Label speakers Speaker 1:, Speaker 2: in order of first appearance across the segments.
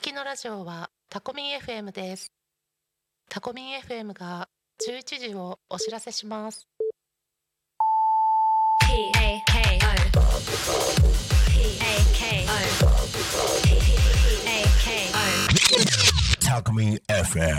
Speaker 1: きのラジオはタコミン FM です。タコミン FM が11時をお知らせします。
Speaker 2: タコミン FM。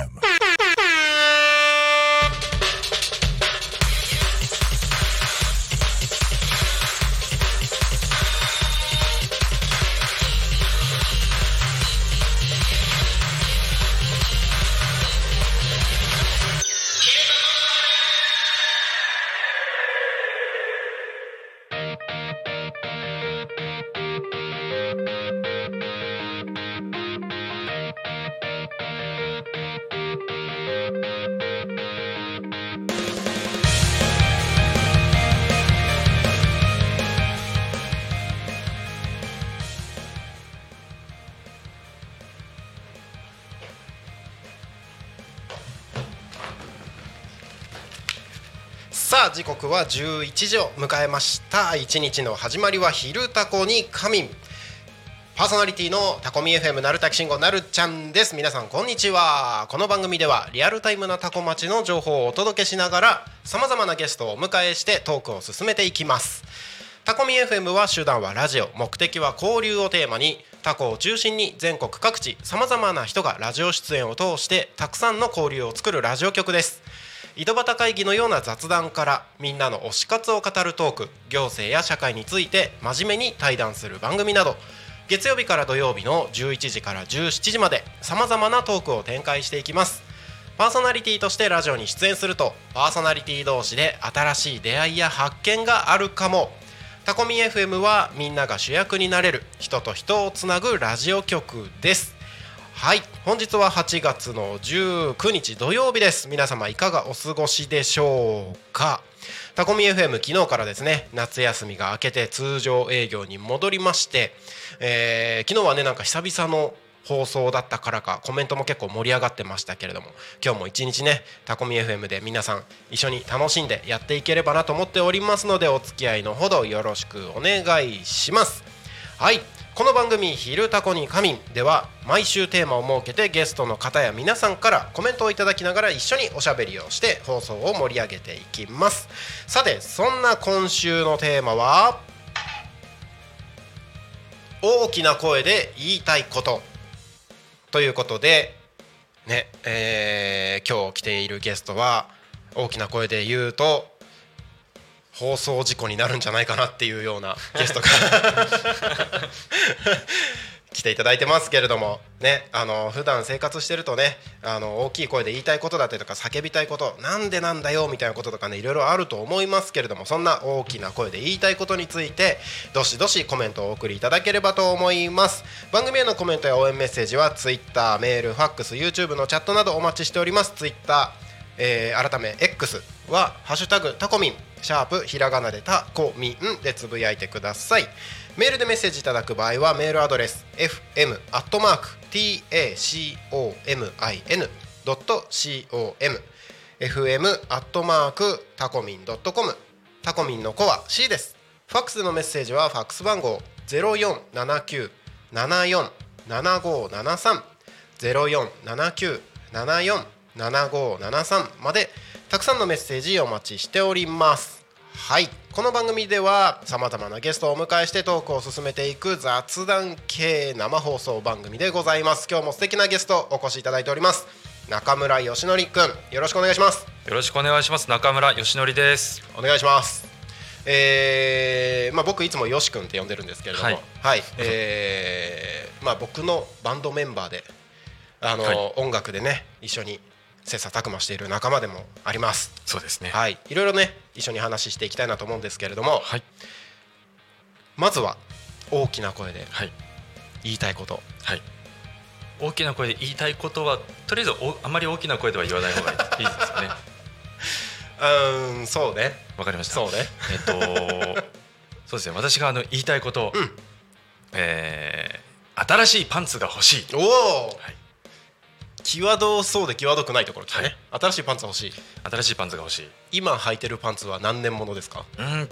Speaker 2: さあ時刻は11時を迎えました。一日の始まりは昼タコに仮眠。パーソナリティのタコミ FM なるたきしんごなるちゃんです。皆さんこんにちは。この番組ではリアルタイムなタコ町の情報をお届けしながらさまざまなゲストをお迎えしてトークを進めていきます。タコミ FM は手段はラジオ、目的は交流をテーマにタコを中心に全国各地さまざまな人がラジオ出演を通してたくさんの交流を作るラジオ局です。井戸端会議のような雑談からみんなの推し活を語るトーク、行政や社会について真面目に対談する番組など、月曜日から土曜日の11時から17時までさまざまなトークを展開していきます。パーソナリティとしてラジオに出演するとパーソナリティ同士で新しい出会いや発見があるかも。タコミ FM はみんなが主役になれる人と人をつなぐラジオ局です。はい、本日は8月の19日土曜日です。皆様いかがお過ごしでしょうか。タコミ FM 昨日からですね、夏休みが明けて通常営業に戻りまして、昨日はねなんか久々の放送だったからかコメントも結構盛り上がってましたけれども、今日も一日ねタコミ FM で皆さん一緒に楽しんでやっていければなと思っておりますので、お付き合いのほどよろしくお願いします。はい、この番組昼タコに仮眠では毎週テーマを設けてゲストの方や皆さんからコメントをいただきながら一緒におしゃべりをして放送を盛り上げていきます。さてそんな今週のテーマは大きな声で言いたいことということでね、今日来ているゲストは大きな声で言うと放送事故になるんじゃないかなっていうようなゲストが来ていただいてますけれどもね、普段生活してるとね大きい声で言いたいことだったりとか叫びたいこと、なんでなんだよみたいなこととかねいろいろあると思いますけれども、そんな大きな声で言いたいことについてどしどしコメントをお送りいただければと思います。番組へのコメントや応援メッセージは Twitter、メール、ファックス、YouTube のチャットなどお待ちしております。 Twitter、改め X はハッシュタグタコミンシャープひらがなでタコミンでつぶやいてください。メールでメッセージいただく場合はメールアドレス fm@tacomin.com fm@tacomin.com タコミンの子は C です。ファックスでのメッセージはファックス番号 0479747573 0479747573までたくさんのメッセージお待ちしております。はい、この番組ではさまざまなゲストをお迎えしてトークを進めていく雑談系生放送番組でございます。今日も素敵なゲストお越しいただいております。中村義則くん、よろしくお願いします。
Speaker 3: よろしくお願いします。中村義則です。
Speaker 2: お願いします。僕いつもよしくんって呼んでるんですけれども、はい、僕のバンドメンバーで音楽でね一緒に切磋琢磨している仲間でもあります。
Speaker 3: そうですね。
Speaker 2: はい、いろいろね一緒に話していきたいなと思うんですけれども、はい、まずは大きな声で言いたいこと、
Speaker 3: はい、大きな声で言いたいことはとりあえずあまり大きな声では言わない方がいいですよね。
Speaker 2: そうね。
Speaker 3: わかりました。
Speaker 2: そうね。
Speaker 3: そうですね。私が言いたいこと、新しいパンツが欲しい。
Speaker 2: おお、はい、際どそうで際どくないところ来たね、はい、新しいパンツ欲しい。
Speaker 3: 新しいパンツが欲しい。
Speaker 2: 今履いてるパンツは何年ものですか？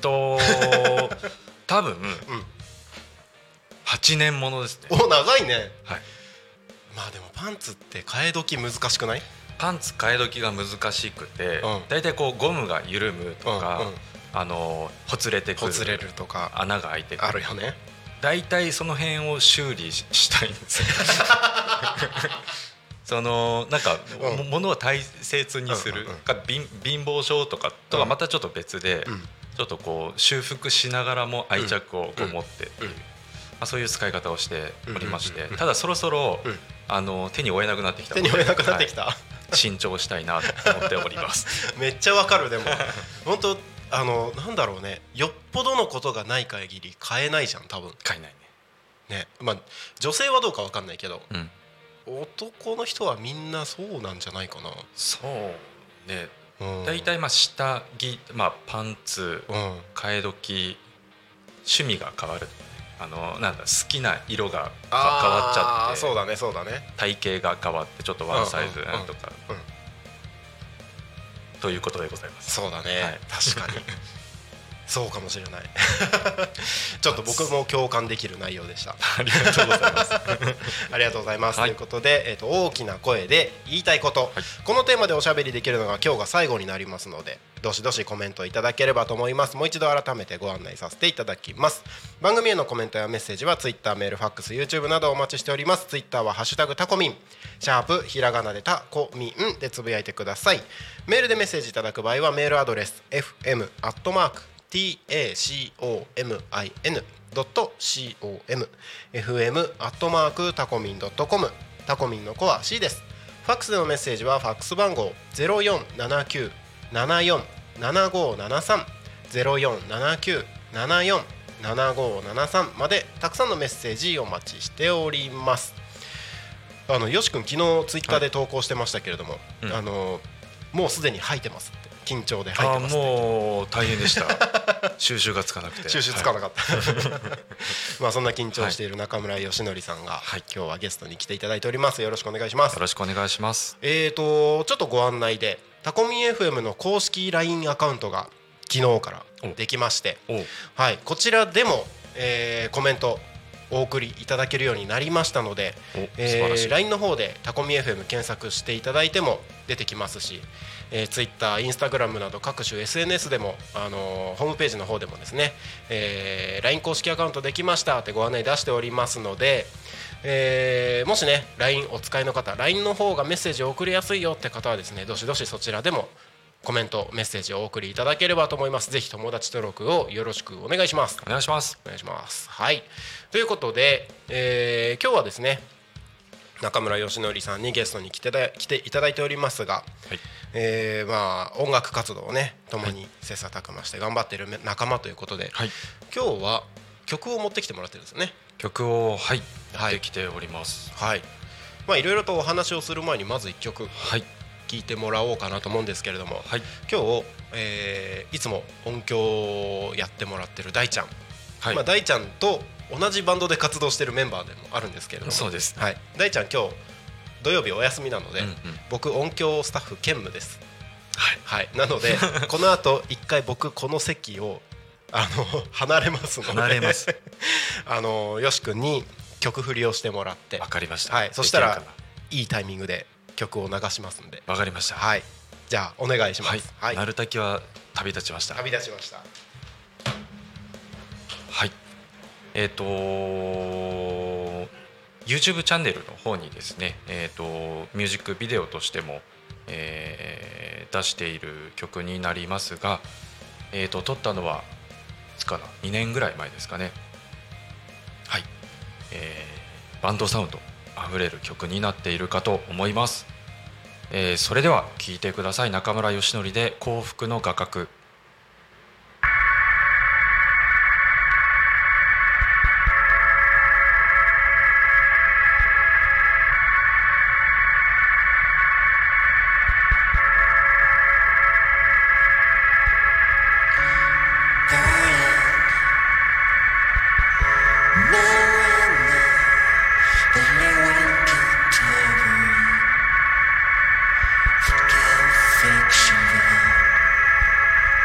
Speaker 3: 多分、8年ものですね。
Speaker 2: お、長いね。
Speaker 3: はい。
Speaker 2: まあでもパンツって替え時難しくない？
Speaker 3: パンツ替え時が難しくて、
Speaker 2: うん
Speaker 3: だいたいこうゴムが緩むとか、
Speaker 2: うんうん
Speaker 3: ほつれてくる、
Speaker 2: ほつれるとか
Speaker 3: 穴が開いてくる、
Speaker 2: あるよね。
Speaker 3: だいたいその辺を修理したいんですよなんか、
Speaker 2: うん
Speaker 3: 物を大切にする、
Speaker 2: うんうんうん
Speaker 3: か貧乏症とかとはまたちょっと別で、
Speaker 2: うん
Speaker 3: ちょっとこう修復しながらも愛着をこう持ってっていう、
Speaker 2: うん
Speaker 3: そういう使い方をしておりまして、
Speaker 2: うんうんうん
Speaker 3: ただそろそろ、
Speaker 2: うん
Speaker 3: 手に負えなくなってきた
Speaker 2: 手に負えなくなってきた、
Speaker 3: はい新調したいなと思っております
Speaker 2: めっちゃわかる。でも本当なんだろうね、よっぽどのことがない限り買えないじゃん多分
Speaker 3: 買えないね。
Speaker 2: ね。まあ女性はどうかわかんないけど、
Speaker 3: うん、
Speaker 2: 男の人はみんなそうなんじゃないかな。
Speaker 3: そうね。
Speaker 2: うん
Speaker 3: だいたい下着、パンツ、
Speaker 2: うん
Speaker 3: 替え時、趣味が変わる。なんだ好きな色が変
Speaker 2: あー
Speaker 3: わっちゃって
Speaker 2: そうだねそうだね。
Speaker 3: 体型が変わってちょっとワンサイズなんとか、
Speaker 2: うんうん
Speaker 3: ということでございます。
Speaker 2: そうだね、
Speaker 3: はい
Speaker 2: 確かにそうかもしれないちょっと僕も共感できる内容でした
Speaker 3: ありがとうございます
Speaker 2: ありがとうございます、
Speaker 3: はい
Speaker 2: ということで、大きな声で言いたいこと、
Speaker 3: はい
Speaker 2: このテーマでおしゃべりできるのが今日が最後になりますので、どしどしコメントいただければと思います。もう一度改めてご案内させていただきます。番組へのコメントやメッセージは Twitter、メール、ファックス、YouTube などお待ちしております。 Twitter はハッシュタグタコミン#ひらがなでタコミンでつぶやいてください。メールでメッセージいただく場合はメールアドレス fm@tacomin.com fm@tacomin.com タコミンの子は C です。ファックスでのメッセージはファックス番号 0479747573 0479747573までたくさんのメッセージお待ちしております。よし君昨日ツイッターで投稿してましたけれども、
Speaker 3: うん
Speaker 2: もうすでに吐いてますって、緊張で吐いてますって。
Speaker 3: もう大変でした収集がつかなくて
Speaker 2: 収集つかなかった、まあそんな緊張している中村義則さんが、
Speaker 3: はい
Speaker 2: 今日はゲストに来ていただいております。よろしくお願いします。
Speaker 3: よろしくお願いします。
Speaker 2: ちょっとご案内でタコミン FM の公式 LINE アカウントが昨日からできまして、
Speaker 3: お
Speaker 2: はい、こちらでも、コメントお送りいただけるようになりましたので、
Speaker 3: 素晴らしい。
Speaker 2: LINE の方でタコミ FM 検索していただいても出てきますし、Twitter、Instagram など各種 SNS でも、ホームページの方でもですね、LINE 公式アカウントできましたってご案内出しておりますので、もしね LINE お使いの方、 LINE の方がメッセージを送りやすいよって方はですね、どしどしそちらでもコメントメッセージをお送りいただければと思います。ぜひ友達登録をよろしくお願いします。
Speaker 3: お願いします。
Speaker 2: お願いします。はい、ということで、今日はですね中村義則さんにゲストに来ていただいておりますが、
Speaker 3: はい
Speaker 2: まあ音楽活動をね共に切磋琢磨して頑張っている仲間ということで、
Speaker 3: はい、
Speaker 2: 今日は曲を持ってきてもらってるんですよね。
Speaker 3: 曲を
Speaker 2: はい
Speaker 3: 持ってきております。
Speaker 2: はい、まあいろいろとお話をする前にまず1曲
Speaker 3: はい
Speaker 2: 聴いてもらおうかなと思うんですけれども、
Speaker 3: はい
Speaker 2: 今日、いつも音響をやってもらってる大ちゃん、
Speaker 3: はい、
Speaker 2: まあ、大ちゃんと同じバンドで活動してるメンバーでもあるんですけれども、
Speaker 3: そうですね。
Speaker 2: はい、大ちゃん今日土曜日お休みなので、
Speaker 3: うんうん
Speaker 2: 僕音響スタッフ兼務です。
Speaker 3: はい
Speaker 2: はい、なのでこの後一回僕この席を離れますので
Speaker 3: 離れます
Speaker 2: よし君に曲振りをしてもらって、
Speaker 3: わかりました。
Speaker 2: はい、そしたら
Speaker 3: できるか
Speaker 2: いいタイミングで曲を流しますんで、
Speaker 3: なわかりました。
Speaker 2: はい、じゃあお願いしま
Speaker 3: はい
Speaker 2: す。はい、
Speaker 3: 鳴滝は旅立ちました。
Speaker 2: 旅立ちました。
Speaker 3: はいYouTube チャンネルの方にですね、ミュージックビデオとしても、出している曲になりますが、撮ったのはいつかな2年ぐらい前ですかね。はい、バンドサウンドあふれる曲になっているかと思います。それでは聴いてください。中村義則で幸福の画角。
Speaker 4: Fiction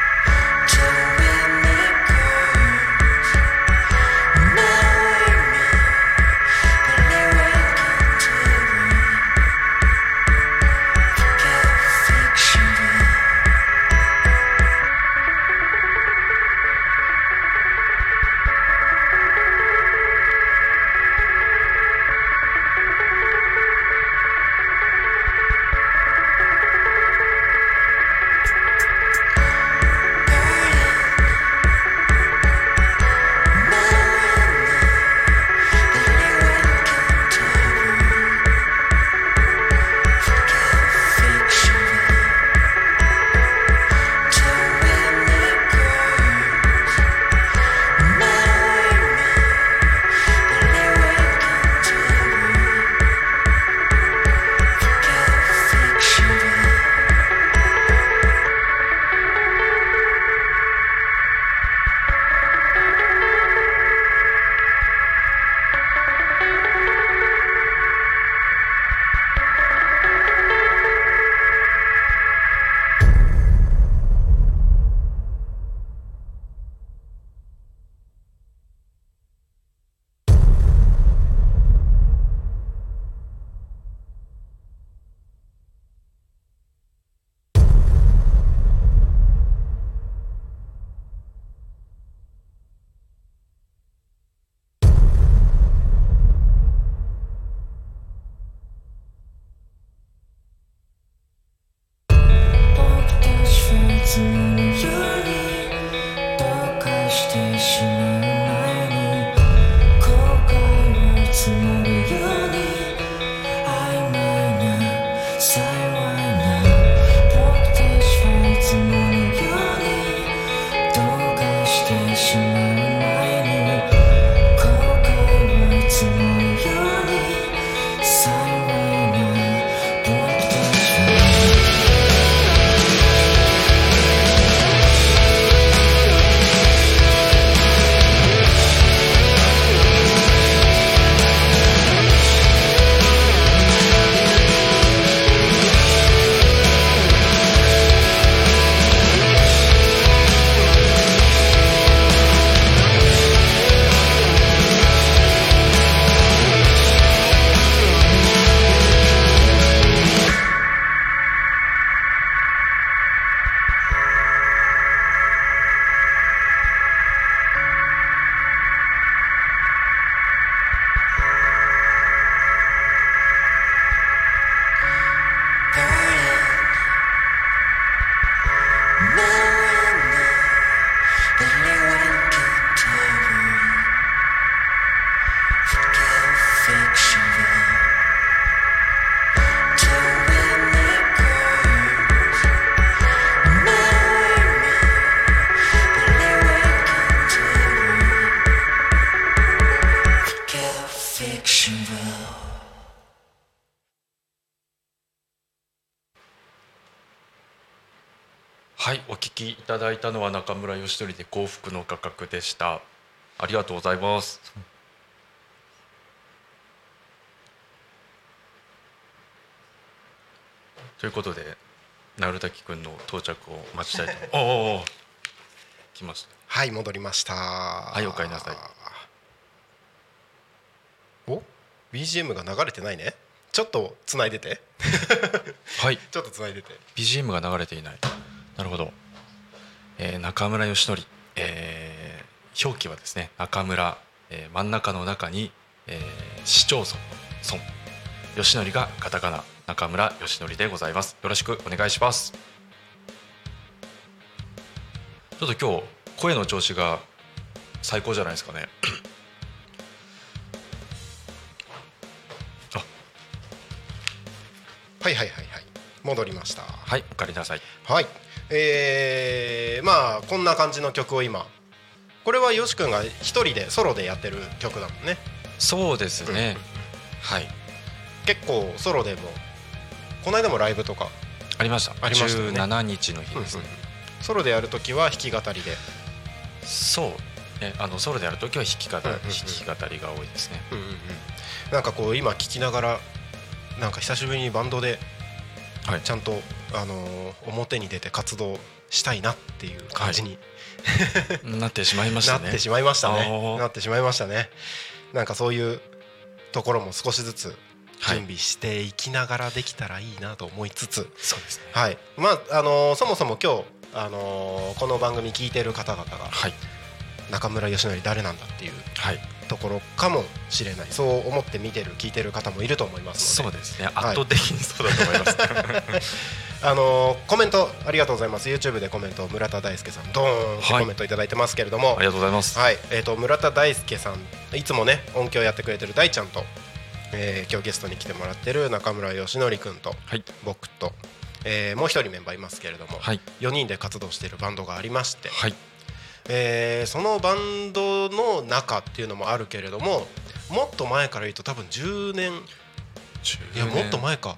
Speaker 3: はい、お聞きいただいたのは中村義則で幸福の価格でした。ありがとうございます。ということで鳴滝くんの到着を待ちたいとおお来ました。
Speaker 2: はい、戻りました。
Speaker 3: はい、お帰りなさい。
Speaker 2: お BGM が流れてないね。ちょっとつないでて
Speaker 3: はい
Speaker 2: ちょっとつないでて
Speaker 3: BGM が流れていない。なるほど。中村義則、表記はですね中村、真ん中の中に、市町村の村、義則がカタカナ、中村義則でございます。よろしくお願いします。ちょっと今日声の調子が最高じゃないですかね
Speaker 2: はいはいはいはい、戻りました。
Speaker 3: はい、お帰りなさい。
Speaker 2: はい、まあこんな感じの曲を今、これはよし君が一人でソロでやってる曲だもんね。
Speaker 3: そうですね、はい、
Speaker 2: 結構ソロでもこの間もライブとか
Speaker 3: ありました。
Speaker 2: ありましたね。
Speaker 3: 17日の日ですね、
Speaker 2: ソロでやるときは弾き語りで。
Speaker 3: そうね、ソロでやるときは弾き語りが多いですね。
Speaker 2: なんかこう今聞きながら、なんか久しぶりにバンドでちゃんと、表に出て活動したいなっていう感じに、
Speaker 3: なってしまいましたね。
Speaker 2: なってしまいましたね。なってしまいましたね。なんかそういうところも少しずつ準備していきながらできたらいいなと思いつつ、
Speaker 3: そうですね。
Speaker 2: はい、まあそもそも今日この番組聞いてる方々が、中村義則誰なんだっていうところかもしれない、そう思って見てる聞いてる方もいると思いますので。
Speaker 3: そうですね、圧倒的にそうだと思います、
Speaker 2: コメントありがとうございます。 YouTube でコメント村田大輔さんドーンってコメントいただいてますけれども、
Speaker 3: ありがとうございます。
Speaker 2: はい、村田大輔さん、いつもね音響やってくれてる大ちゃんと、今日ゲストに来てもらってる中村義則君と、僕と、もう一人メンバーいますけれども、4人で活動しているバンドがありまして、そのバンドの中っていうのもあるけれども、もっと前から言うと多分10年、いやもっと前か、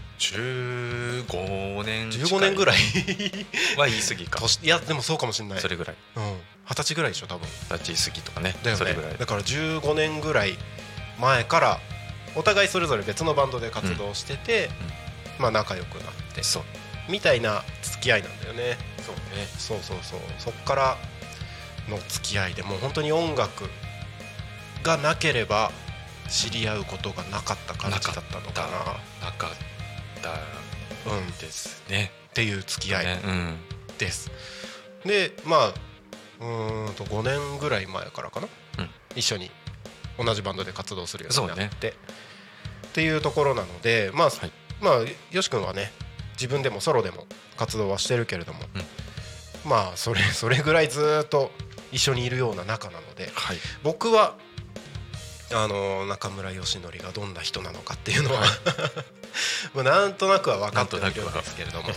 Speaker 3: 15
Speaker 2: 年ぐらい
Speaker 3: は言い過ぎか。
Speaker 2: いやでもそうかもしれない。
Speaker 3: それぐらい、
Speaker 2: 20歳ぐらいでしょ多分。
Speaker 3: 20歳過ぎとかね。
Speaker 2: だよね。
Speaker 3: それぐらい
Speaker 2: だから15年ぐらい前からお互いそれぞれ別のバンドで活動してて、まあ仲良くなってみたいな付き合いなんだよね。そうそっからの付き合いで、もう本当に音楽がなければ知り合うことがなかった感じだったのかな。
Speaker 3: なかったですね、
Speaker 2: っていう付き合いです。でまあ5年ぐらい前からかな、一緒に同じバンドで活動するようになって、っていうところなので、まあよし君はね自分でもソロでも活動はしてるけれども、まあそれぐらいずっと一緒にいるような仲なので、僕は中村義則がどんな人なのかっていうのはなんとなくは分かっているんですけれども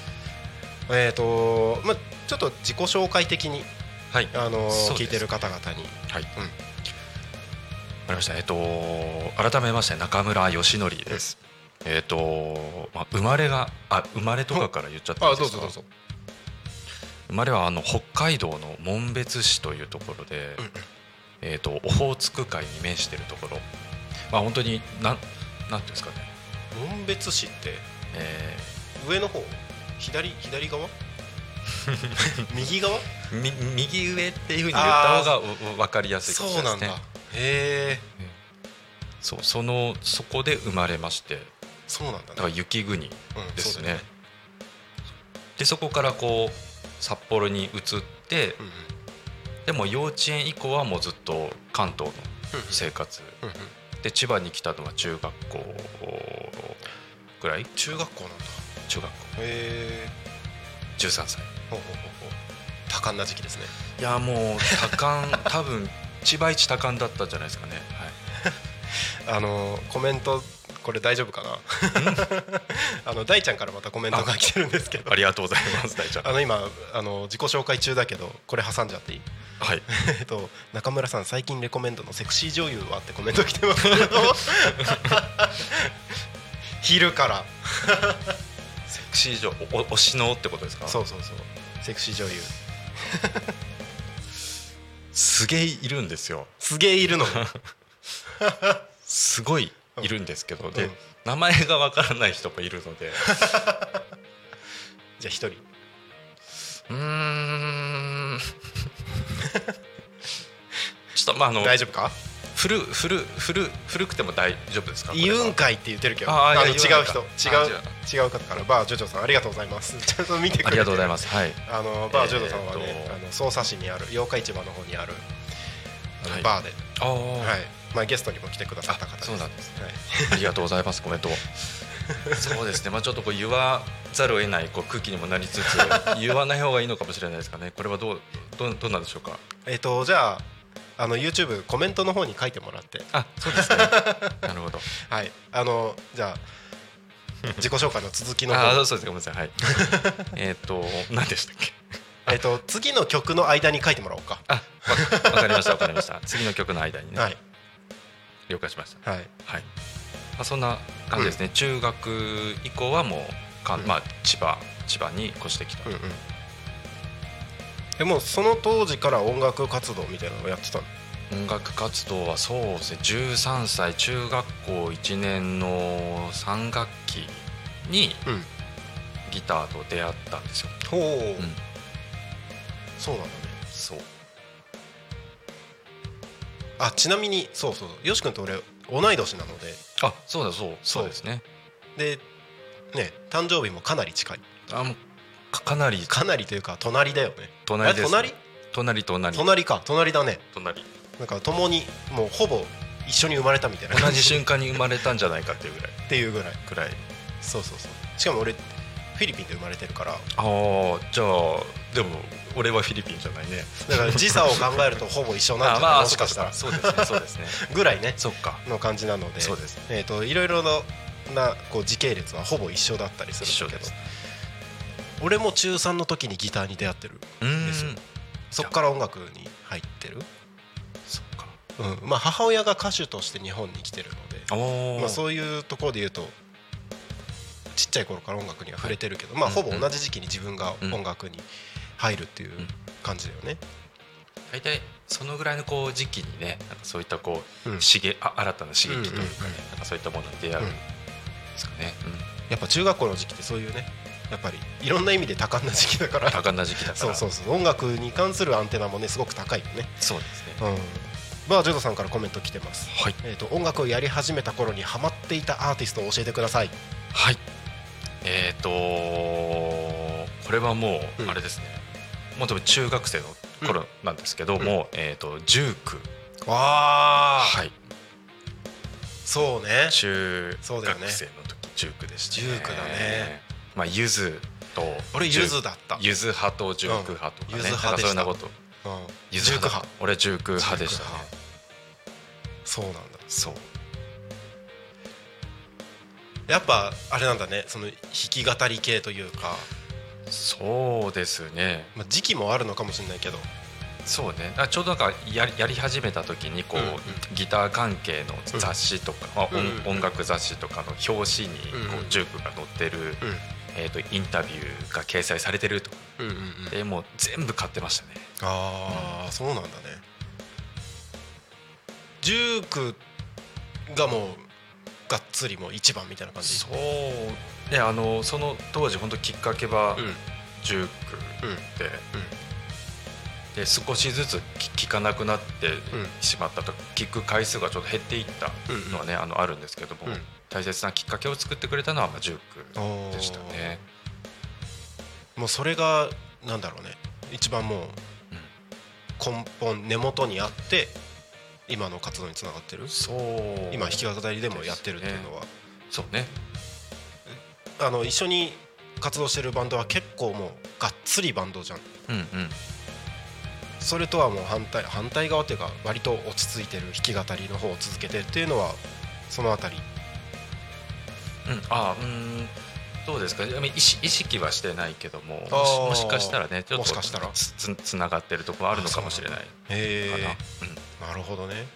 Speaker 2: ちょっと自己紹介的に、聞いてる方々に、
Speaker 3: わかりました。改めまして中村義則です。生まれとかから言っちゃっていいですか。
Speaker 2: どうぞ。
Speaker 3: 生まれは北海道の紋別市というところで、オホーツク海に面しているところ、本当になんていうんですかね。
Speaker 2: 紋別市って、上の方、左側右側
Speaker 3: 右上っていうふうに言った方が分かりやすいかもしれないですね。
Speaker 2: そうなんだ。へえ。
Speaker 3: そこで生まれまして、
Speaker 2: そうなんだね。
Speaker 3: だから雪国ですね。でそこからこう札幌に移って、でも幼稚園以降はもうずっと関東の生活で、千葉に来たのは中学校ぐらい。
Speaker 2: 中学校なんだ。
Speaker 3: 中学校。
Speaker 2: へえ。
Speaker 3: 13歳。
Speaker 2: 多感な時期ですね。
Speaker 3: いやもう多感多分千葉一多感だったんじゃないですかね。
Speaker 2: コメントこれ大丈夫かな大ちゃんからまたコメントが来てるんですけど、
Speaker 3: ありがとうございます大ちゃん。
Speaker 2: 今自己紹介中だけどこれ挟んじゃっていい？
Speaker 3: はい
Speaker 2: 中村さん最近レコメンドのセクシー女優はってコメント来てますけど昼から
Speaker 3: セククシー女推しのってことですか？
Speaker 2: そうセクシー女優
Speaker 3: すげえいるんですよ。
Speaker 2: すげえいるの
Speaker 3: すごいいるんですけど、で、
Speaker 2: うん
Speaker 3: 名前がわからない人もいるので
Speaker 2: じゃあ一人
Speaker 3: ちょっと
Speaker 2: 大丈夫か？
Speaker 3: 古くても大丈夫ですか？
Speaker 2: 言うんかいって言ってるけど
Speaker 3: いや
Speaker 2: 違う
Speaker 3: 言わないか
Speaker 2: 違う方からバージョジョさんありがとうございますちゃんと見てくれて
Speaker 3: ありがとうございます。はい。
Speaker 2: バージョジョさんはね匝瑳市にある八日市場の方にある
Speaker 3: はい
Speaker 2: バーで
Speaker 3: はい
Speaker 2: ゲストにも来てくださった方です。
Speaker 3: そうなんです
Speaker 2: はい
Speaker 3: ありがとうございます。コメントそうですね、ちょっと言わざるを得ない空気にもなりつつ言わない方がいいのかもしれないですかね。これはどうなんでしょうか？
Speaker 2: じゃあYouTube コメントの方に書いてもらって
Speaker 3: そうですねなるほど。
Speaker 2: はいじゃあ自己紹介の続きの方
Speaker 3: そうです。ごめんなさい。はい何でしたっけ？
Speaker 2: 次の曲の間に書いてもらおうか。
Speaker 3: わかりました次の曲の間にね、了解しました。
Speaker 2: はい、
Speaker 3: そんな感じですね。中学以降はもう千葉に越してきた。
Speaker 2: でもその当時から音楽活動みたいなのをやってたの？
Speaker 3: 音楽活動はそうですね、13歳中学校1年の3学期にギターと出会ったんですよ。
Speaker 2: ほう、そうなんだね。
Speaker 3: そう
Speaker 2: ちなみにそうよし君と俺同い年なので
Speaker 3: そうですね。
Speaker 2: でね誕生日もかなり近い。
Speaker 3: もうかなり
Speaker 2: というか隣だよね。
Speaker 3: 隣です。隣
Speaker 2: だね。なんか共にもうほぼ一緒に生まれたみたいな
Speaker 3: 同じ瞬間に生まれたんじゃないかっていうぐらい
Speaker 2: そうしかも俺フィリピンで生まれてるから。
Speaker 3: じゃあでも俺はフィリピンじゃないね。
Speaker 2: だから時差を考えるとほぼ一緒なんじゃないもしかしたら
Speaker 3: そうですね
Speaker 2: ぐらいね
Speaker 3: そっか
Speaker 2: の感じなので、
Speaker 3: そうです。
Speaker 2: いろいろな時系列はほぼ一緒だったりするんだけど、俺も中3の時にギターに出会ってるんですよ。そっから音楽に入ってる。
Speaker 3: そっか。
Speaker 2: 母親が歌手として日本に来てるので、そういうところで言うとちっちゃい頃から音楽には触れてるけど、ほぼ同じ時期に自分が音楽に入るっていう感じだよね。
Speaker 3: 大体そのぐらいの時期にね、なんかそういった新たな刺激というかね、なんかそういったものに出会うんですかね。
Speaker 2: やっぱ中学校の時期ってそういうね、やっぱりいろんな意味で多感な時期だからそう音楽に関するアンテナもねすごく高いよね。
Speaker 3: そうですね。
Speaker 2: バージョドさんからコメント来てます。
Speaker 3: はい。
Speaker 2: 音楽をやり始めた頃にハマっていたアーティストを教えてください。
Speaker 3: はい。これはもうあれですね、もう多分中学生の頃なんですけども、ジューク。はい。
Speaker 2: そうね。
Speaker 3: 中学生の時ジュークでしたね。
Speaker 2: ジュークだね。
Speaker 3: ゆずと
Speaker 2: 俺ゆずだった。
Speaker 3: ゆず派とジューク派とかね。
Speaker 2: ゆず派でした。
Speaker 3: ゆず派。俺ジューク派でしたね。
Speaker 2: そうなんだ。
Speaker 3: そう。
Speaker 2: やっぱあれなんだね、その弾き語り系というか。
Speaker 3: そうですね。
Speaker 2: 時期もあるのかもしれないけど。
Speaker 3: そうね。ちょうどなんかやり始めた時にギター関係の雑誌とか、音楽雑誌とかの表紙にジュークが載ってるインタビューが掲載されてると。でもう全部買ってましたね。
Speaker 2: そうなんだね。ジュークがもうがっつりもう一番みたいな感じ。
Speaker 3: そうで、その当時本当きっかけはジュークで、少しずつ聴かなくなってしまったと、聴く回数がちょっと減っていったのはね、あるんですけども、大切なきっかけを作ってくれたのはジュークでしたね。
Speaker 2: もうそれがなんだろうね、一番もう根本根元にあって今の活動につながってる。今弾き語りでもやってるっていうのは。
Speaker 3: そうね。
Speaker 2: 一緒に活動してるバンドは結構もうがっつりバンドじゃん。それとはもう反対側っていうか、割と落ち着いてる弾き語りの方を続けてっていうのはそのあたり。
Speaker 3: どうですか。意識はしてないけども、もしかしたらね、ちょっとつながってるところあるのかもしれないかな。
Speaker 2: なるほどね。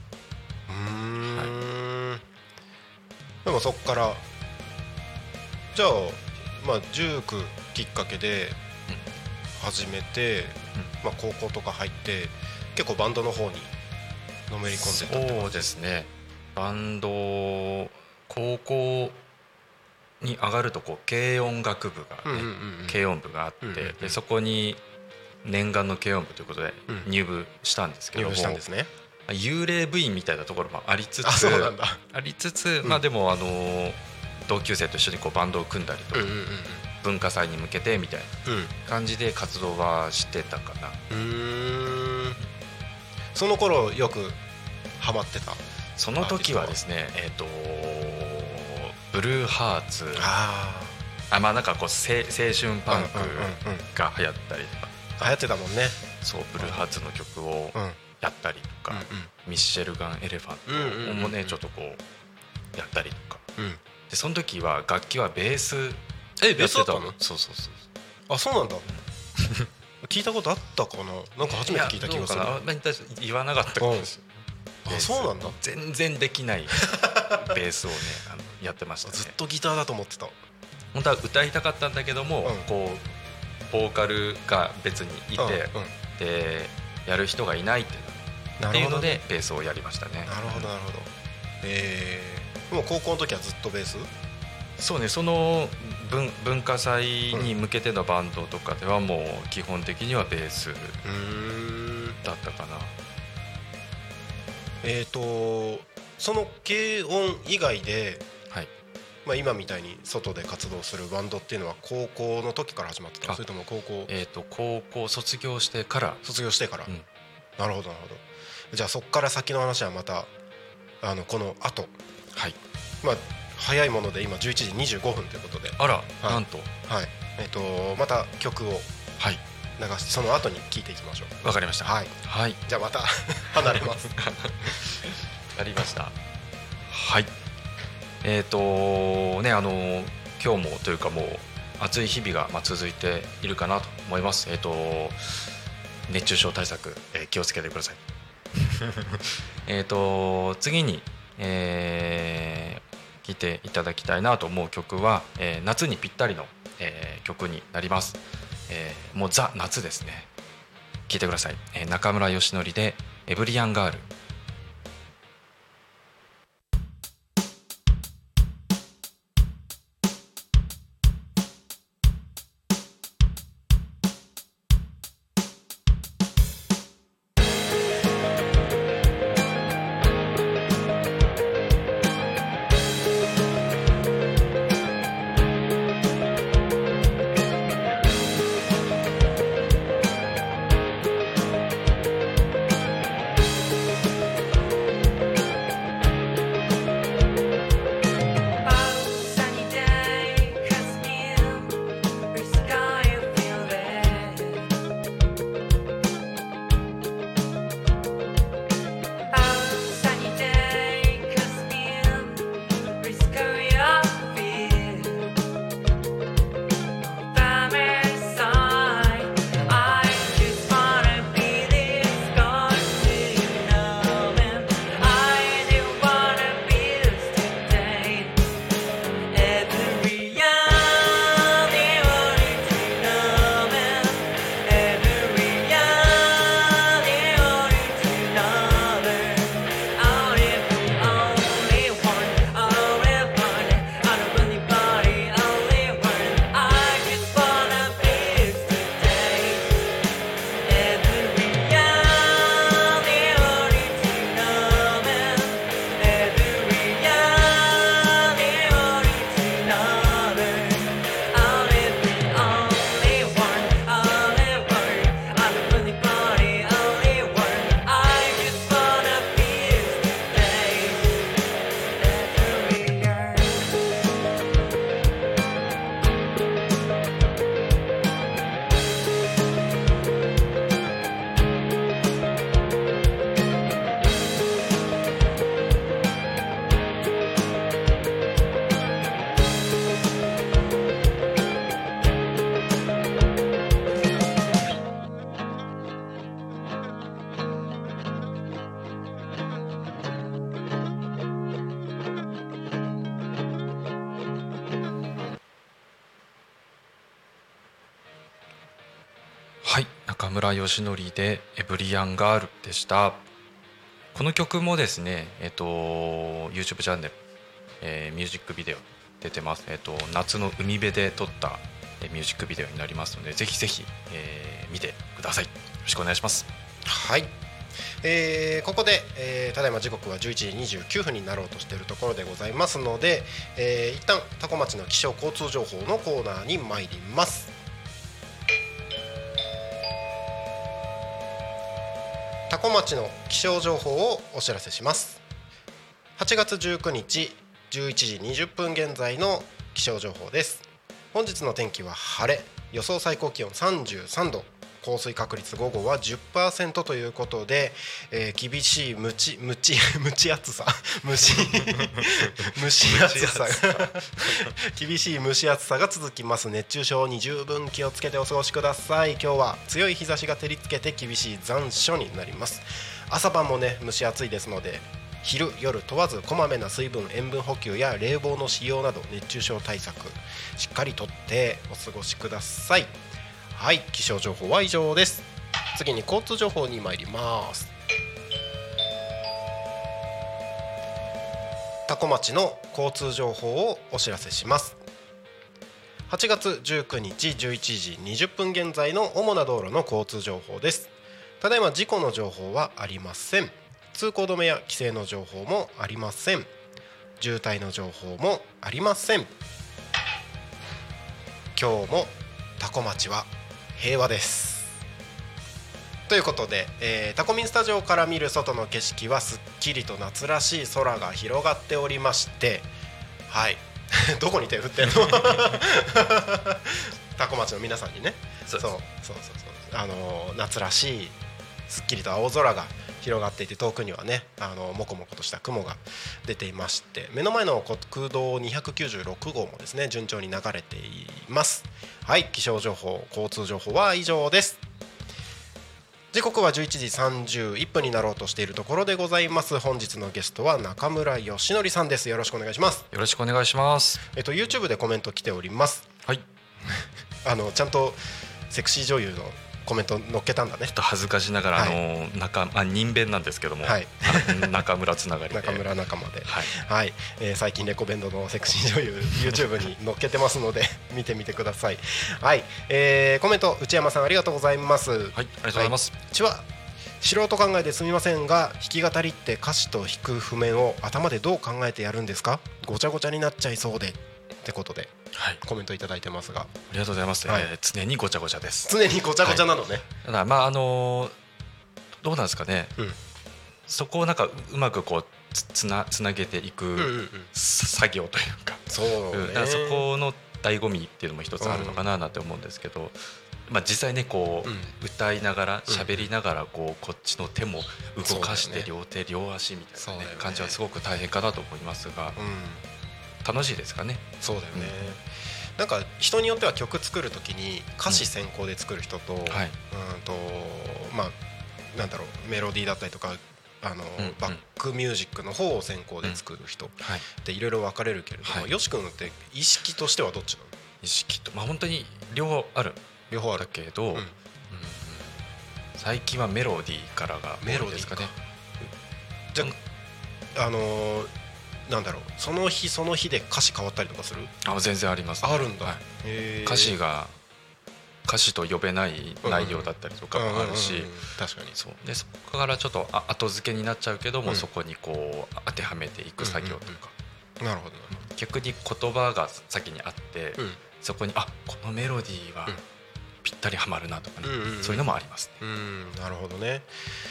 Speaker 2: でもそっからじゃあまあ塾きっかけで始めて、まあ、高校とか入って結構バンドの方にのめり込んでたって
Speaker 3: そうですね。バンド高校に上がるとこう軽音楽部がね、軽音部があって、でそこに念願の軽音部ということで入部したんですけども、
Speaker 2: 入部したんですね。
Speaker 3: 幽霊部員みたいなところもありつつ、
Speaker 2: そうなんだ。
Speaker 3: まあでも同級生と一緒にこうバンドを組んだりとか、文化祭に向けてみたいな感じで活動はしてたかな。
Speaker 2: その頃よくハマってた。
Speaker 3: その時はですね、ブルーハーツ、まあなんかこう青春パンクが流行ったりとか、
Speaker 2: 流行ってたもんね。
Speaker 3: そう、ブルーハーツの曲をやったりとか、ミッシェルガン・エレファントもねちょっとこうやったりとか、でその時は楽器はベースやってたの。
Speaker 2: ベースだったの？
Speaker 3: そうそうそう。
Speaker 2: あ、そうなんだ。聞いたことあったかな。なんか初めて聞いた気がする。
Speaker 3: 言わなかったかもしれない。
Speaker 2: あ、そうなんだ。
Speaker 3: 全然できないベースをねやってましたね。
Speaker 2: ずっとギターだと思ってた。
Speaker 3: 本当は歌いたかったんだけども、こうボーカルが別にいて、でやる人がいないっていうのでベースをやりましたね。
Speaker 2: なるほどなるほど。もう高校の時はずっとベース？
Speaker 3: そうね、その文化祭に向けてのバンドとかではもう基本的にはベースだったかな。
Speaker 2: その軽音以外で、
Speaker 3: はい、
Speaker 2: まあ、今みたいに外で活動するバンドっていうのは高校の時から始まってた？それとも高校
Speaker 3: 卒業してから。
Speaker 2: 卒業してから、なるほどなるほど。じゃあそこから先の話はまたこの後、
Speaker 3: はい、
Speaker 2: まあ早いもので今11時25分ということで、
Speaker 3: あら、なんと、
Speaker 2: はい、また曲を流してその後に聴いていきましょう。
Speaker 3: わかりました。
Speaker 2: はい、
Speaker 3: はい、
Speaker 2: じゃあまた離れます。
Speaker 3: ありました。はい。ね、今日もというかもう暑い日々が続いているかなと思います。熱中症対策、気をつけてください。次に、聴いていただきたいなと思う曲は、夏にぴったりの、曲になります。もうザ・夏ですね。聴いてください。中村義則でエブリアンガール。
Speaker 4: 「
Speaker 3: 中村義則でエブリアンガールでした。この曲もですね、YouTube チャンネル、ミュージックビデオ出てます。夏の海辺で撮ったミュージックビデオになりますので、ぜひぜひ、見てください。よろしくお願いします。
Speaker 2: はい、ここで、ただいま時刻は11時29分になろうとしているところでございますので、一旦多古町の気象交通情報のコーナーに参ります。多古町の気象情報をお知らせします。8月19日11時20分現在の気象情報です。本日の天気は晴れ、予想最高気温33度、降水確率午後は 10% ということで、厳しい蒸し暑さ蒸し暑さが厳しい蒸し暑さが続きます。熱中症に十分気をつけてお過ごしください。今日は強い日差しが照りつけて厳しい残暑になります。朝晩もね蒸し暑いですので、昼夜問わずこまめな水分塩分補給や冷房の使用など熱中症対策しっかりとってお過ごしください。はい、気象情報は以上です。次に交通情報に参ります。多古町の交通情報をお知らせします。8月19日11時20分現在の主な道路の交通情報です。ただいま事故の情報はありません。通行止めや規制の情報もありません。渋滞の情報もありません。今日も多古町は平和です。ということで、タコミンスタジオから見る外の景色はすっきりと夏らしい空が広がっておりまして、はいどこに手振ってんのタコ町の皆さんにね、そう夏らしいすっきりと青空が広がっていて、遠くにはねもこもことした雲が出ていまして、目の前の国道296号もですね順調に流れています。はい、気象情報交通情報は以上です。時刻は11時31分になろうとしているところでございます。本日のゲストは中村義則さんです。よろしくお願いします。
Speaker 3: よろしくお願いします。
Speaker 2: YouTube でコメント来ております。
Speaker 3: はい
Speaker 2: ちゃんとセクシー女優のコメント載っけたんだね。
Speaker 3: ちょっと恥ずかしながら、人弁なんですけども、はい、中村つながりで
Speaker 2: 中村仲間で、はい最近レコベンドのセクシー女優 YouTube に載っけてますので見てみてください。はい、コメント内山さんありがとうございます。はい、
Speaker 3: ありがとうございます。
Speaker 2: ちは素人考えですみませんが、弾き語りって歌詞と弾く譜面を頭でどう考えてやるんですか？ごちゃごちゃになっちゃいそうでってことで、はい、コメントいただいてますが、あ
Speaker 3: りがとうございます。常にごちゃごちゃです。
Speaker 2: 常にごちゃごちゃなのね。
Speaker 3: ただどうなんですかね、そこをなんかうまくこうつなげていく作業というか、だからそこの醍醐味っていうのも一つあるのかななんて思うんですけど、実際ねこう、歌いながら喋りながらこっちの手も動かして両手両足みたいな、感じはすごく大変かなと思いますが、楽しいですかね。
Speaker 2: そうだよね。なんか人によっては曲作るときに歌詞先行で作る人と、なんだろう、メロディーだったりとかバックミュージックの方を先行で作る人っていろいろ分かれるけれども、よし君って意識としてはどっちなの？
Speaker 3: 意識と本当に両方あるだけど、最近はメロディーからが多いですかね。
Speaker 2: じゃなんだろう、その日その日で歌詞変わったりとかする？
Speaker 3: 全然あります、
Speaker 2: ね、あるんだ、
Speaker 3: 歌詞と呼べない内容だったりとかもあるし、
Speaker 2: 確かに
Speaker 3: そうで、そこからちょっと後付けになっちゃうけども、そこにこう当てはめていく作業というか、
Speaker 2: なるほど。
Speaker 3: 逆に言葉が先にあって、そこにこのメロディーはぴったりはまるなとかね、そういうのもありますね。
Speaker 2: なるほどね。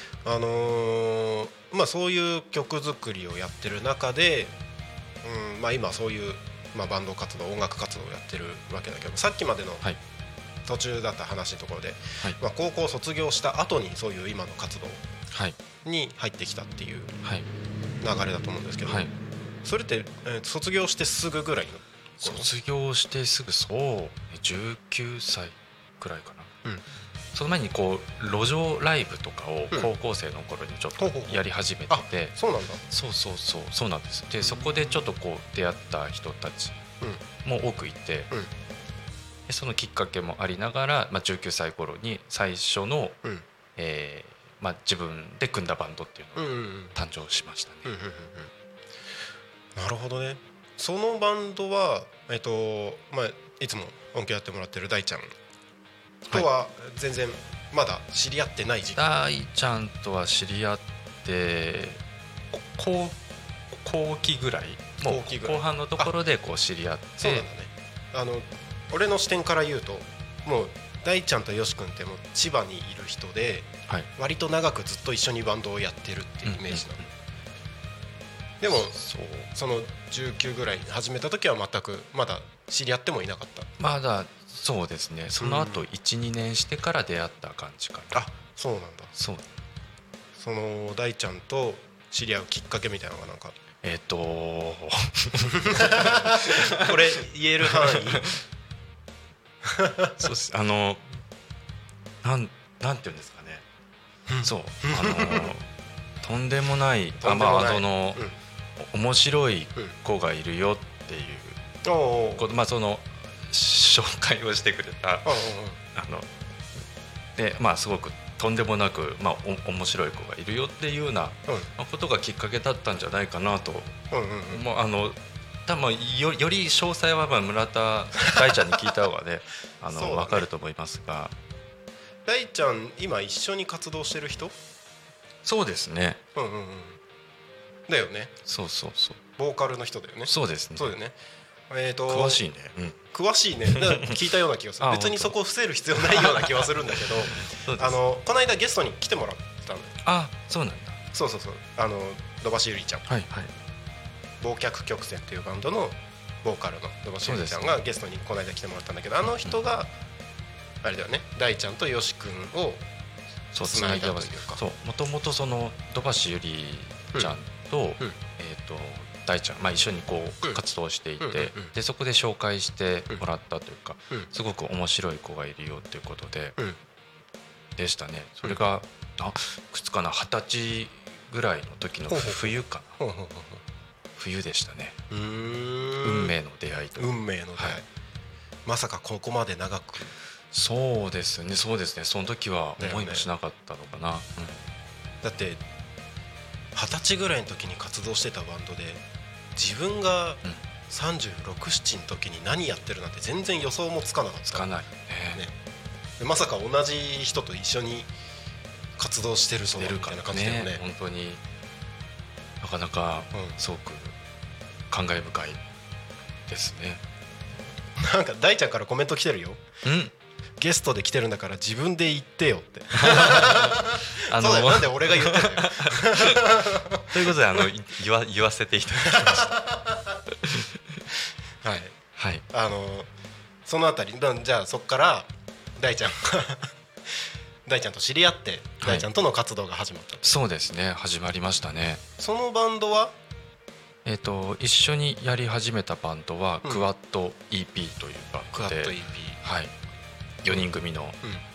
Speaker 2: そういう曲作りをやってる中で、今そういう、バンド活動音楽活動をやってるわけだけど、さっきまでの途中だった話のところで、高校卒業した後にそういう今の活動に入ってきたっていう流れだと思うんですけど、それって、卒業してすぐぐらいの？
Speaker 3: 卒業してすぐ、そう19歳くらいかな。その前にこう路上ライブとかを高校生の頃にちょっとやり始めてて、
Speaker 2: そうなんだ。
Speaker 3: そうなんです。でそこでちょっとこう出会った人たちも多くいて、 でそのきっかけもありながら、19歳頃に最初の、
Speaker 2: うん
Speaker 3: 自分で組んだバンドっていうのが
Speaker 2: うんうんうん
Speaker 3: 誕生しましたね。
Speaker 2: うんうんうんうんなるほどね。そのバンドは、いつも音響やってもらってる大ちゃんとは全然まだ知り合ってない時期。
Speaker 3: 大ちゃんとは知り合って後期ぐらい、もう
Speaker 2: 後期ぐらい
Speaker 3: 後半のところでこう知り合って。
Speaker 2: そうなんだね。俺の視点から言うと、もう大ちゃんとよし君ってもう千葉にいる人で、
Speaker 3: はい、
Speaker 2: 割と長くずっと一緒にバンドをやってるっていうイメージなの、でもその19ぐらいに始めた時は全くまだ知り合ってもいなかった。
Speaker 3: まだそうですね。その後 1,2 年してから出会った感じかな。
Speaker 2: あ、そうなんだ。
Speaker 3: そう
Speaker 2: その大ちゃんと知り合うきっかけみたいなのがなんかこれ言える範囲
Speaker 3: そうです。なんていうんですかね、そうとんでもない面白い子がいるよっていうこと、その紹介をしてくれたすごくとんでもなく、面白い子がいるよっていうようなことがきっかけだったんじゃないかなと。多分より詳細は村田大ちゃんに聞いた方がね分かると思いますが。
Speaker 2: 大ちゃん今一緒に活動してる人？
Speaker 3: そうですね。
Speaker 2: だよね。
Speaker 3: そう
Speaker 2: ボーカルの人だよね。
Speaker 3: そうですね。
Speaker 2: そうだよね。
Speaker 3: 詳しいね。
Speaker 2: 詳しいね。聞いたような気がする。別にそこを伏せる必要ないような気はするんだけどこの間ゲストに来てもらったのよ。
Speaker 3: あ、そうなんだ。
Speaker 2: そう土橋ゆりちゃん、忘却曲線っていうバンドのボーカルの土橋ゆりちゃんがゲストにこの間来てもらったんだけど、あの人があれだよね、大ちゃんとよし君をつないだというか。
Speaker 3: もともとその土橋ゆりちゃんと大ちゃん、一緒にこう活動していて、でそこで紹介してもらったというか、すごく面白い子がいるよということででしたね。それがいくつかな、20歳ぐらいの時の冬かな、冬でしたね。運命の出会いと。
Speaker 2: 運命の出会い、まさかここまで長く。
Speaker 3: そうですね。その時は思いもしなかったのかな。
Speaker 2: だって20歳ぐらいの時に活動してたバンドで、自分が36、7の時に何やってるなんて全然予想もつかなかった。
Speaker 3: つかないね。
Speaker 2: まさか同じ人と一緒に活動してる人みたいな感じだよね。
Speaker 3: 本当になかなかすごく感慨深いですね。
Speaker 2: なんか大ちゃんからコメント来てるよ。ゲストで来てるんだから自分で言ってよってそうだよ、なんで俺が言ってんだよ
Speaker 3: ということで言わせていただきましたはい、
Speaker 2: そのあたりじゃあそっから大ちゃんと知り合って、大ちゃんとの活動が始まった。
Speaker 3: そうですね、始まりましたね。
Speaker 2: そのバンドは
Speaker 3: 一緒にやり始めたバンドはクワッド EP というバンドで、
Speaker 2: クワッド EP、
Speaker 3: 4人組の、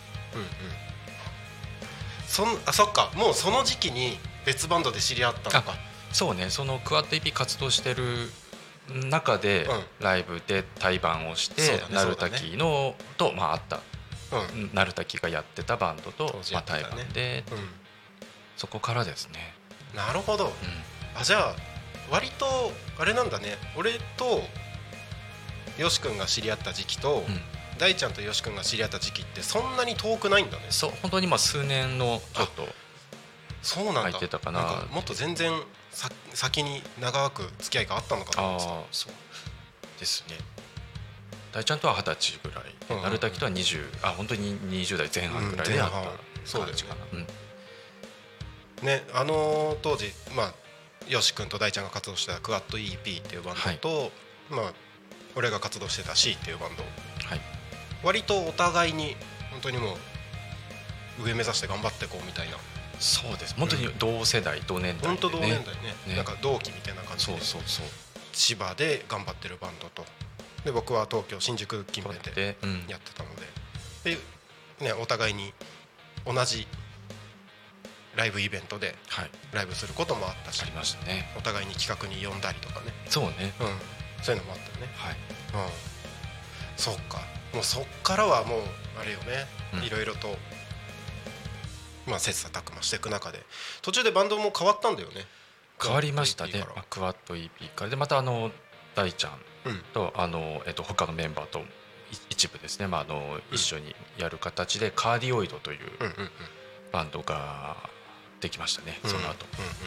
Speaker 2: そっか、もうその時期に別バンドで知り合ったのか。
Speaker 3: そうね、そのクワッド EP 活動してる中で、ライブで対バンをして、ナルタキのとあった、ナルタキがやってたバンドと対バンで、そこからですね。
Speaker 2: なるほど、じゃあ割とあれなんだね。俺とよし君が知り合った時期と、大ちゃんとよし君が知り合った時期ってそんなに遠くないんだね。
Speaker 3: そう、本当に数年のちょっと入ってたかな。
Speaker 2: なんかもっと全然先に長く付き合いがあったのかな。
Speaker 3: そうですね。大ちゃんとは20歳ぐらい、ナルタキとは本当に20代前半ぐらいであった感じかな。
Speaker 2: ね、当時よし君と大ちゃんが活動してたクワッド EP っていうバンドと、俺が活動してた C っていうバンド、割とお互いに本当にもう上目指して頑張っていこうみたいな。
Speaker 3: そうです、本当に同世代、同年代でね。
Speaker 2: 本当同年代ね、なんか同期みたいな感じで。
Speaker 3: そう
Speaker 2: 千葉で頑張ってるバンドと、で僕は東京新宿近辺でやってたので、で、お互いに同じライブイベントでライブすることもあったし、
Speaker 3: ありましたね。
Speaker 2: お互いに企画に呼んだりとかね。
Speaker 3: そうね、
Speaker 2: そういうのもあったよね。そうか。 もうそっからはもうあれよね、
Speaker 3: うん
Speaker 2: いろいろとまあ切磋琢磨していく中で途中でバンドも変わったんだよね。
Speaker 3: 変わりましたね
Speaker 2: クワッド EP から
Speaker 3: クワッド EP からでまた大ちゃん
Speaker 2: うん
Speaker 3: と他のメンバーと一部ですね、一緒にやる形でカーディオイドという
Speaker 2: うんうんうん
Speaker 3: バンドができましたね、その後、
Speaker 2: うんうん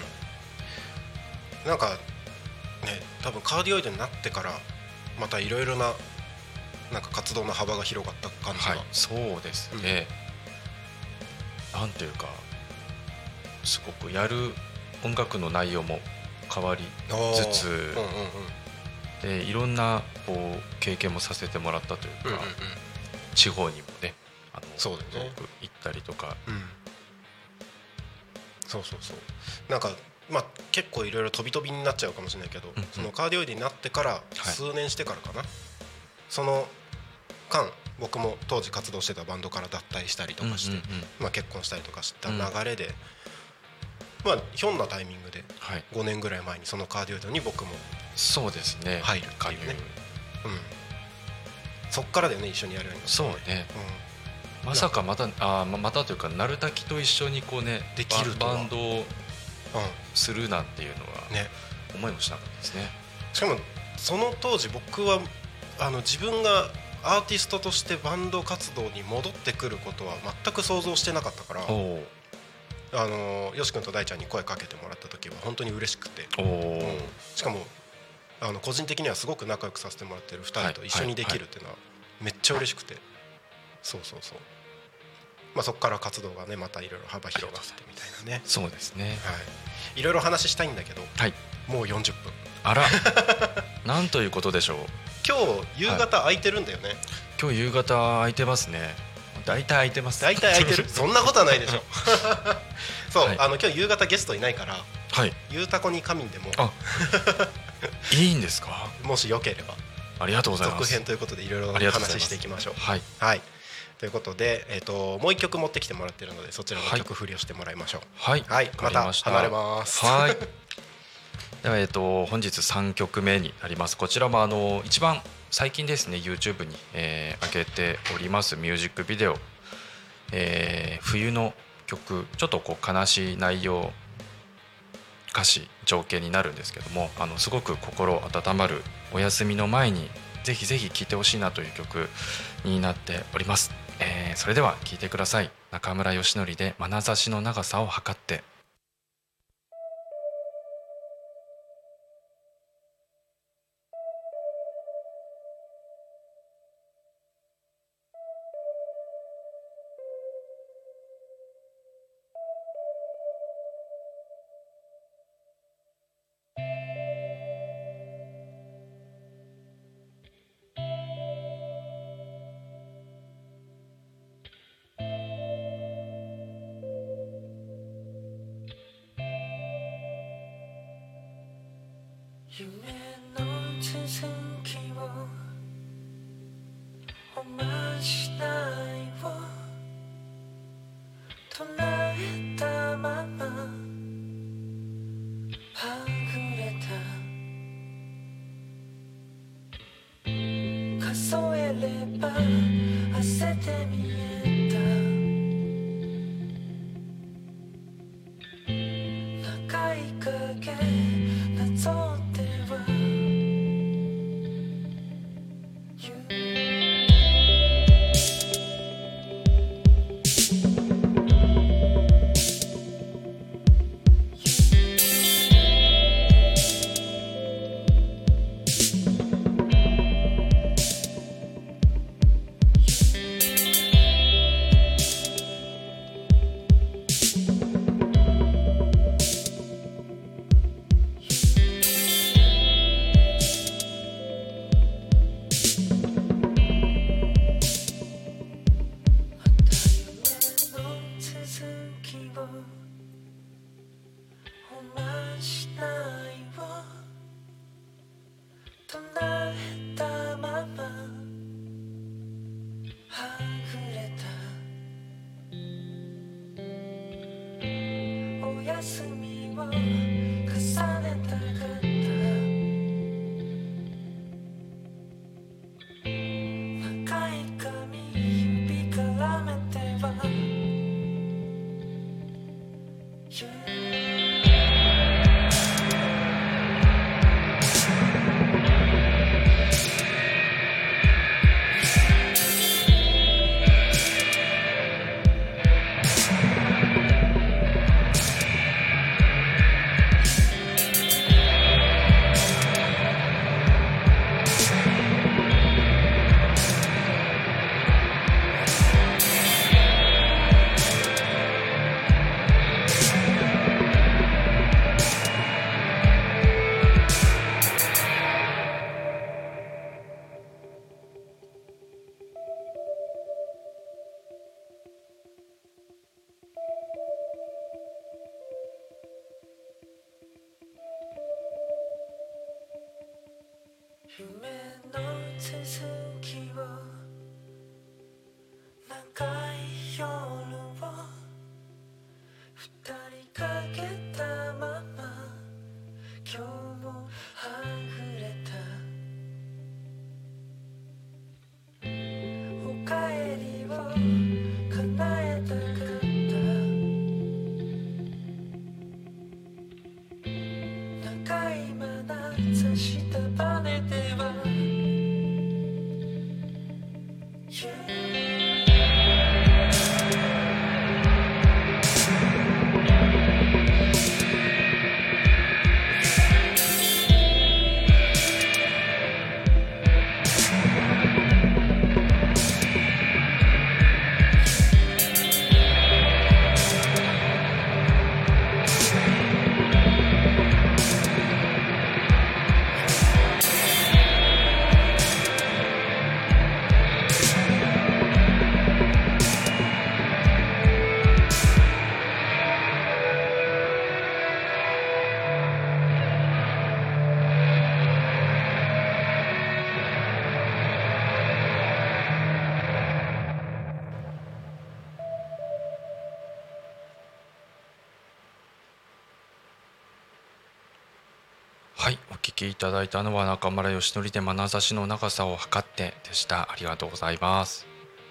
Speaker 2: なんかね多分カーディオイドになってからまたいろいろななんか活動の幅が広がった感じが、
Speaker 3: はい、そうですね、なんていうかすごくやる音楽の内容も変わりつつ、
Speaker 2: うんうんうん
Speaker 3: でいろんなこう経験もさせてもらったというか、
Speaker 2: うんうん
Speaker 3: 地方にもね
Speaker 2: そうだよね
Speaker 3: すごく行ったりとか、
Speaker 2: うんそうそうそうなんかまあ結構いろいろ飛び飛びになっちゃうかもしれないけど、
Speaker 3: うんうん
Speaker 2: そのカーディオイドになってから数年してからかな、その間僕も当時活動してたバンドから脱退したりとかして、
Speaker 3: うんうんうん
Speaker 2: まあ、結婚したりとかした流れで、まあひょんなタイミングで
Speaker 3: はい、
Speaker 2: 5年ぐらい前にそのカーディオイドに僕も、
Speaker 3: そうですね、
Speaker 2: 入るって
Speaker 3: 加入
Speaker 2: いうねそっからでね一緒にやるようになった
Speaker 3: そうね、まさかまたまたというか鳴滝と一緒にこうね
Speaker 2: できるとは
Speaker 3: バンドを
Speaker 2: うん
Speaker 3: するなんていうのは
Speaker 2: ね、
Speaker 3: 思いもしなかったですね。
Speaker 2: しかもその当時僕は自分がアーティストとしてバンド活動に戻ってくることは全く想像してなかったから、
Speaker 3: お
Speaker 2: よし君と大ちゃんに声かけてもらった時は本当に嬉しくて、
Speaker 3: お
Speaker 2: しかも個人的にはすごく仲良くさせてもらってる2人と一緒にできるっていうのはめっちゃ嬉しくて、そうそうそう、まあ、そこから活動がねまたいろいろ幅広がってみたいなね、
Speaker 3: そうですね、
Speaker 2: はい、いろいろ話したいんだけど、
Speaker 3: はい、
Speaker 2: もう40分
Speaker 3: あらなんということでしょう。
Speaker 2: 今日夕方空いてるんだよね、
Speaker 3: 今日夕方空いてますね。大体空いてます。
Speaker 2: 大体空いてるそんなことはないでしょそう、
Speaker 3: はい
Speaker 2: 今日夕方ゲストいないから
Speaker 3: はい。
Speaker 2: ゆうたこに仮眠でも
Speaker 3: あいいんですか。
Speaker 2: もしよければ
Speaker 3: ありがとうございます。
Speaker 2: 続編ということでいろいろ
Speaker 3: ありがとうございます
Speaker 2: 話していきましょう。
Speaker 3: はい。
Speaker 2: はい、ということで、もう一曲持ってきてもらってるのでそちらの曲振りをしてもらいましょう。
Speaker 3: はい。
Speaker 2: はい、
Speaker 3: わか
Speaker 2: また
Speaker 3: りました
Speaker 2: 離れます。
Speaker 3: はい。では本日3曲目になります。こちらも一番最近ですね YouTube に、上げておりますミュージックビデオ、冬の曲ちょっとこう悲しい内容歌詞情景になるんですけどもすごく心温まるお休みの前にぜひぜひ聴いてほしいなという曲になっております。それでは聴いてください。中村義則で眼差しの長さを測って。
Speaker 4: 夢の続きをおまじないを唱えたままはぐれた数えれば汗で見えた長い影なぞっては「 夢の続きを長い夜を二人かけたまま今日もはぐれたおかえりを叶えたかった長い眼差したバネでは
Speaker 3: はい、お聞きいただいたのは中村義則で眼差しの長さを測ってでした。ありがとうございます。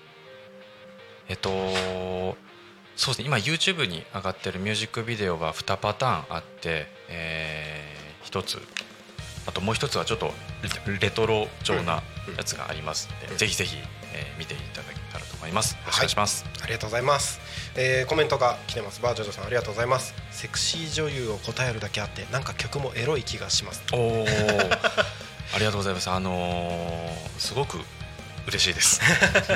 Speaker 3: そうですね、今 YouTube に上がってるミュージックビデオは2パターンあって、1つあともう1つはちょっとレトロ調なやつがありますので、ぜひぜひ、見ていただけたらと思います。よろしくお願いします。
Speaker 2: ありがとうございます。コメントが来てます。バージョジョさんありがとうございます。セクシー女優を答えるだけあってなんか曲もエロい気がします。
Speaker 3: おーありがとうございます。すごく嬉しいです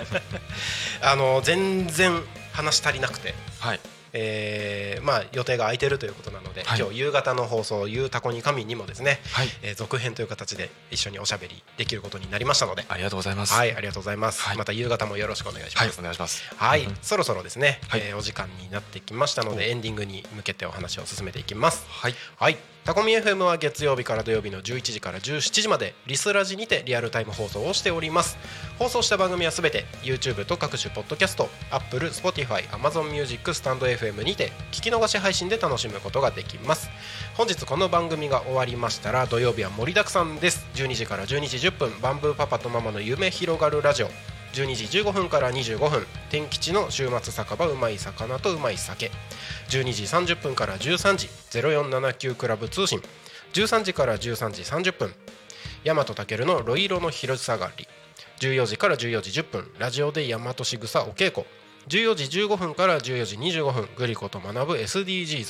Speaker 2: 全然話足りなくて、
Speaker 3: はい、
Speaker 2: 予定が空いてるということなので、
Speaker 3: はい、
Speaker 2: 今日夕方の放送ゆうたこに神にもですね、
Speaker 3: はい、
Speaker 2: 続編という形で一緒におしゃべりできることになりましたので、
Speaker 3: ありがとうございます。
Speaker 2: はい、ありがとうございます、
Speaker 3: はい、
Speaker 2: また夕方もよろしくお願いします。
Speaker 3: はい、お願いします。
Speaker 2: はい、そろそろですね、
Speaker 3: はい、
Speaker 2: お時間になってきましたのでエンディングに向けてお話を進めていきます。
Speaker 3: はい、
Speaker 2: はい、タコミ FM は月曜日から土曜日の11時から17時までリスラジにてリアルタイム放送をしております。放送した番組はすべて YouTube と各種ポッドキャスト、Apple、Spotify、Amazon Music、スタンド FM にて聞き逃し配信で楽しむことができます。本日この番組が終わりましたら土曜日は盛りだくさんです。12時から12時10分バンブーパパとママの夢広がるラジオ、12時15分から25分天吉の週末酒場うまい魚とうまい酒、12時30分から13時0479クラブ通信、13時から13時30分大和健のロイロの昼下がり、14時から14時10分ラジオで大和しぐさお稽古、14時15分から14時25分グリコと学ぶ SDGs、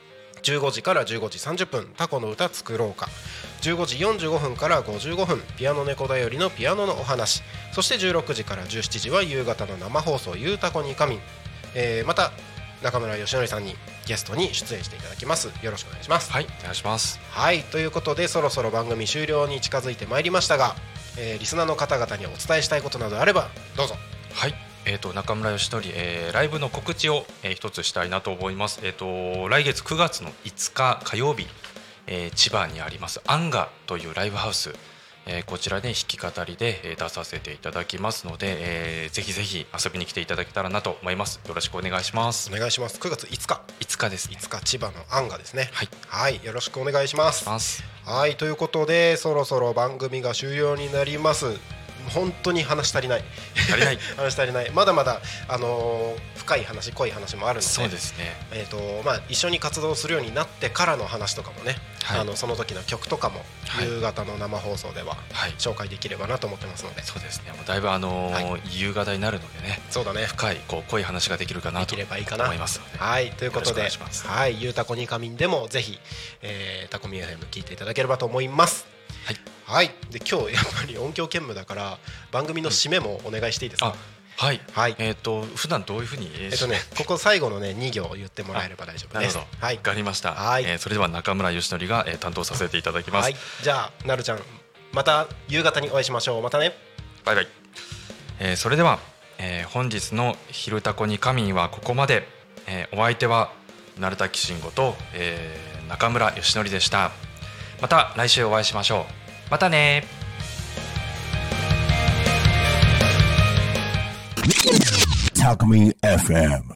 Speaker 2: 15時から15時30分タコの歌作ろうか、15時45分から55分ピアノ猫だよりのピアノのお話、そして16時から17時は夕方の生放送ゆうたこに神、また中村義則さんにゲストに出演していただきます。よろしくお願いします。
Speaker 3: はい、お願いします。
Speaker 2: はい、ということでそろそろ番組終了に近づいてまいりましたが、リスナーの方々にお伝えしたいことなどあればどうぞ。
Speaker 3: はい、中村義則、ライブの告知を、一つしたいなと思います。来月9月の5日火曜日、千葉にありますアンガというライブハウス、こちらで弾き語りで出させていただきますので、ぜひぜひ遊びに来ていただけたらなと思います。よろしくお願いします。
Speaker 2: お願いします。9月5日
Speaker 3: 5日ですね。
Speaker 2: 5日千葉のアンガですね。
Speaker 3: はい、
Speaker 2: はい、よろしくお願いします。はい、ということでそろそろ番組が終了になります。本当に話足りない話足りない。まだまだ、深い話濃い話もあるので、
Speaker 3: そうですね、
Speaker 2: 一緒に活動するようになってからの話とかもね、はい、その時の曲とかも、はい、夕方の生放送では紹介できればなと思ってますので、
Speaker 3: そうですね、もうだいぶはい、夕方になるのでね、
Speaker 2: そうだね、
Speaker 3: 深い濃い話ができるかなと思いますので、
Speaker 2: はい、ということで、はい、ゆうたこにかみんでもぜひ、タコミ FM 聞いていただければと思います。はい、はい、で今日やっぱり音響兼務だから番組の締めもお願いしていいですか。
Speaker 3: はい、はい、普段どういうふうに
Speaker 2: ここ最後のね2行言ってもらえれば大丈夫です。
Speaker 3: はい、わかりました。
Speaker 2: はい、
Speaker 3: それでは中村義則が、担当させていただきます。
Speaker 2: はい、じゃあなるちゃんまた夕方にお会いしましょう。またね、
Speaker 3: バイバイ。それでは、本日の昼タコに仮眠はここまで。お相手は鳴滝慎吾と、中村義則でした。また来週お会いしましょう。またね。
Speaker 5: タコミン FM